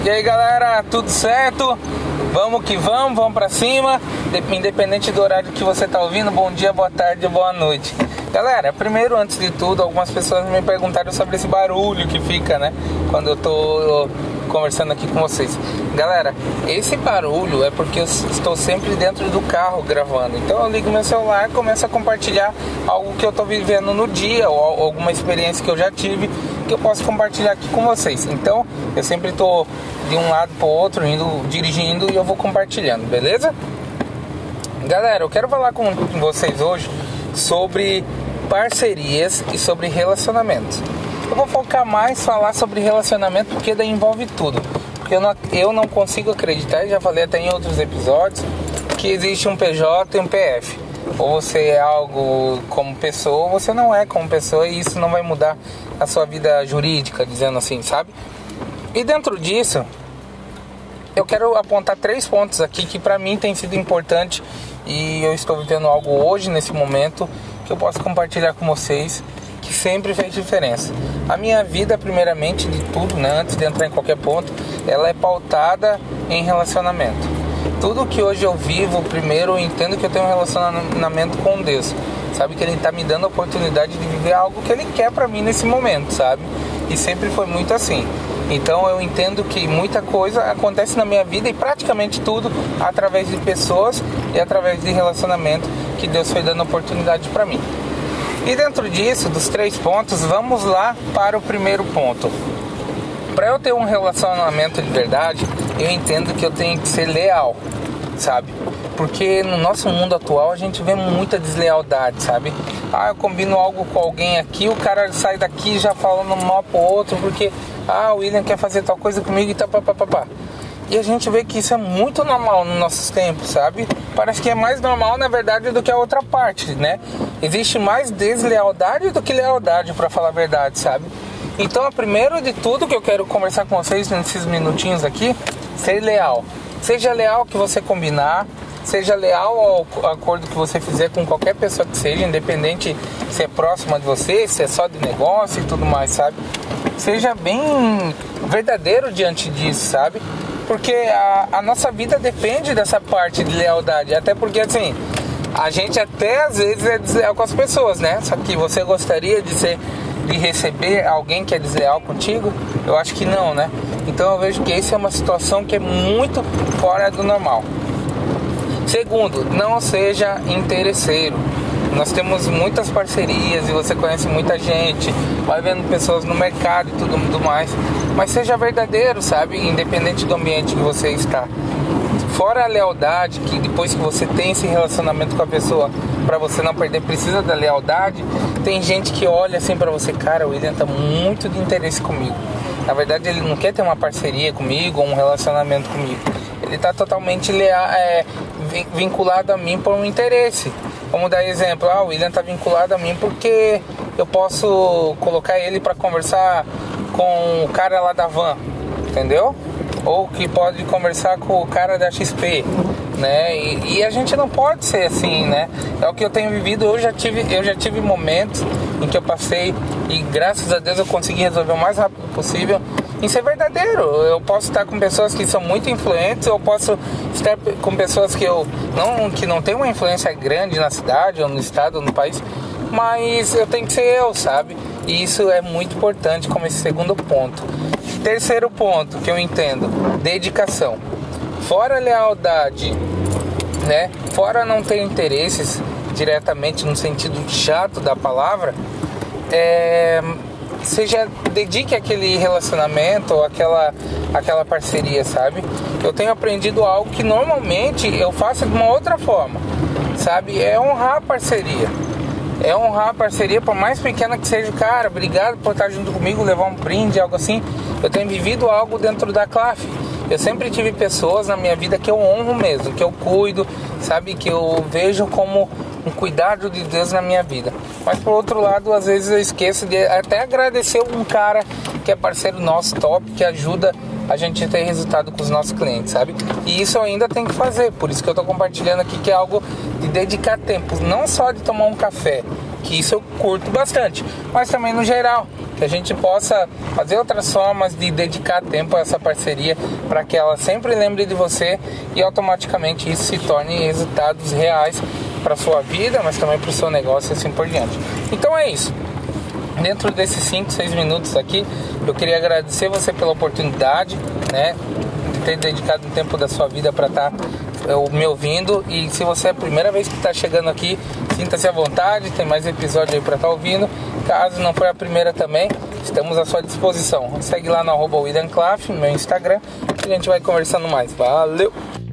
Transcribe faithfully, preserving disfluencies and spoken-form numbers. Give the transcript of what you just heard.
E aí galera, tudo certo? Vamos que vamos, vamos pra cima. Independente do horário que você tá ouvindo, bom dia, boa tarde, boa noite. Galera, primeiro, antes de tudo, algumas pessoas me perguntaram sobre esse barulho que fica, né, quando eu tô conversando aqui com vocês. Galera, esse barulho é porque eu estou sempre dentro do carro gravando. Então eu ligo meu celular e começo a compartilhar algo que eu tô vivendo no dia, ou alguma experiência que eu já tive, que eu posso compartilhar aqui com vocês. Então eu sempre tô de um lado pro outro, indo, dirigindo, e eu vou compartilhando, beleza? Galera, eu quero falar com vocês hoje sobre parcerias e sobre relacionamentos. Eu vou focar mais falar sobre relacionamento porque daí envolve tudo. Porque eu não, eu não consigo acreditar, já falei até em outros episódios, que existe um P J e um P F. Ou você é algo como pessoa, ou você não é como pessoa, e isso não vai mudar a sua vida jurídica, dizendo assim, sabe? E dentro disso, eu quero apontar três pontos aqui que pra mim tem sido importante, e eu estou vivendo algo hoje, nesse momento, que eu posso compartilhar com vocês, que sempre fez diferença. A minha vida, primeiramente de tudo, né, antes de entrar em qualquer ponto, ela é pautada em relacionamento. Tudo que hoje eu vivo, primeiro eu entendo que eu tenho um relacionamento com Deus. Sabe, que Ele está me dando a oportunidade de viver algo que Ele quer pra mim nesse momento, sabe? E sempre foi muito assim. Então eu entendo que muita coisa acontece na minha vida, e praticamente tudo através de pessoas e através de relacionamento que Deus foi dando oportunidade pra mim. E dentro disso, dos três pontos, vamos lá para o primeiro ponto. Para eu ter um relacionamento de verdade, eu entendo que eu tenho que ser leal, sabe? Porque no nosso mundo atual a gente vê muita deslealdade, sabe? Ah, eu combino algo com alguém aqui, o cara sai daqui já falando mal pro outro, porque ah, o William quer fazer tal coisa comigo e tá papapá. E a gente vê que isso é muito normal nos nossos tempos, sabe? Parece que é mais normal, na verdade, do que a outra parte, né? Existe mais deslealdade do que lealdade, pra falar a verdade, sabe? Então, primeiro de tudo que eu quero conversar com vocês nesses minutinhos aqui, ser leal. Seja leal ao que você combinar, seja leal ao acordo que você fizer com qualquer pessoa que seja, independente se é próxima de você, se é só de negócio e tudo mais, sabe? Seja bem verdadeiro diante disso, sabe? Porque a, a nossa vida depende dessa parte de lealdade. Até porque, assim, a gente até às vezes é desleal com as pessoas, né? Só que você gostaria de ser, de receber alguém que é desleal contigo? Eu acho que não, né? Então eu vejo que essa é uma situação que é muito fora do normal. Segundo, não seja interesseiro. Nós temos muitas parcerias e você conhece muita gente, vai vendo pessoas no mercado e tudo, tudo mais. Mas seja verdadeiro, sabe? Independente do ambiente que você está. Fora a lealdade, que depois que você tem esse relacionamento com a pessoa, pra você não perder, precisa da lealdade. Tem gente que olha assim pra você, cara, o William tá muito de interesse comigo. Na verdade ele não quer ter uma parceria comigo ou um relacionamento comigo. Ele tá totalmente leal, é, vinculado a mim por um interesse. Vamos dar exemplo, ah, o William tá vinculado a mim porque eu posso colocar ele para conversar com o cara lá da van, entendeu? Ou que pode conversar com o cara da X P, né? E, e a gente não pode ser assim, né? É o que eu tenho vivido. Eu já tive, eu já tive momentos em que eu passei e graças a Deus eu consegui resolver o mais rápido possível em ser verdadeiro. Eu posso estar com pessoas que são muito influentes, eu posso estar com pessoas que eu não, que não tem uma influência grande na cidade ou no estado ou no país, mas eu tenho que ser eu, sabe? E isso é muito importante como esse segundo ponto. Terceiro ponto que eu entendo, dedicação. Fora a lealdade, né? Fora não ter interesses diretamente no sentido chato da palavra, é... seja, dedique aquele relacionamento ou aquela, aquela parceria, sabe? Eu tenho aprendido algo que normalmente eu faço de uma outra forma, sabe? É honrar a parceria. É honrar a parceria, por mais pequena que seja. Cara, obrigado por estar junto comigo, levar um brinde, algo assim. Eu tenho vivido algo dentro da C L A F. Eu sempre tive pessoas na minha vida que eu honro mesmo, que eu cuido, sabe? Que eu vejo como um cuidado de Deus na minha vida. Mas por outro lado, às vezes eu esqueço de até agradecer um cara que é parceiro nosso, top, que ajuda a gente a ter resultado com os nossos clientes, sabe? E isso eu ainda tenho que fazer, por isso que eu tô compartilhando aqui, que é algo de dedicar tempo, não só de tomar um café, que isso eu curto bastante, mas também no geral, que a gente possa fazer outras formas de dedicar tempo a essa parceria para que ela sempre lembre de você e automaticamente isso se torne resultados reais para sua vida, mas também para o seu negócio e assim por diante. Então é isso. Dentro desses cinco, seis minutos aqui, eu queria agradecer você pela oportunidade, né, de ter dedicado um tempo da sua vida para estar me ouvindo. E se você é a primeira vez que está chegando aqui, sinta-se à vontade, tem mais episódio aí para estar ouvindo. Caso não for a primeira também, estamos à sua disposição. Segue lá no arroba William Klaff, no meu Instagram, que a gente vai conversando mais. Valeu!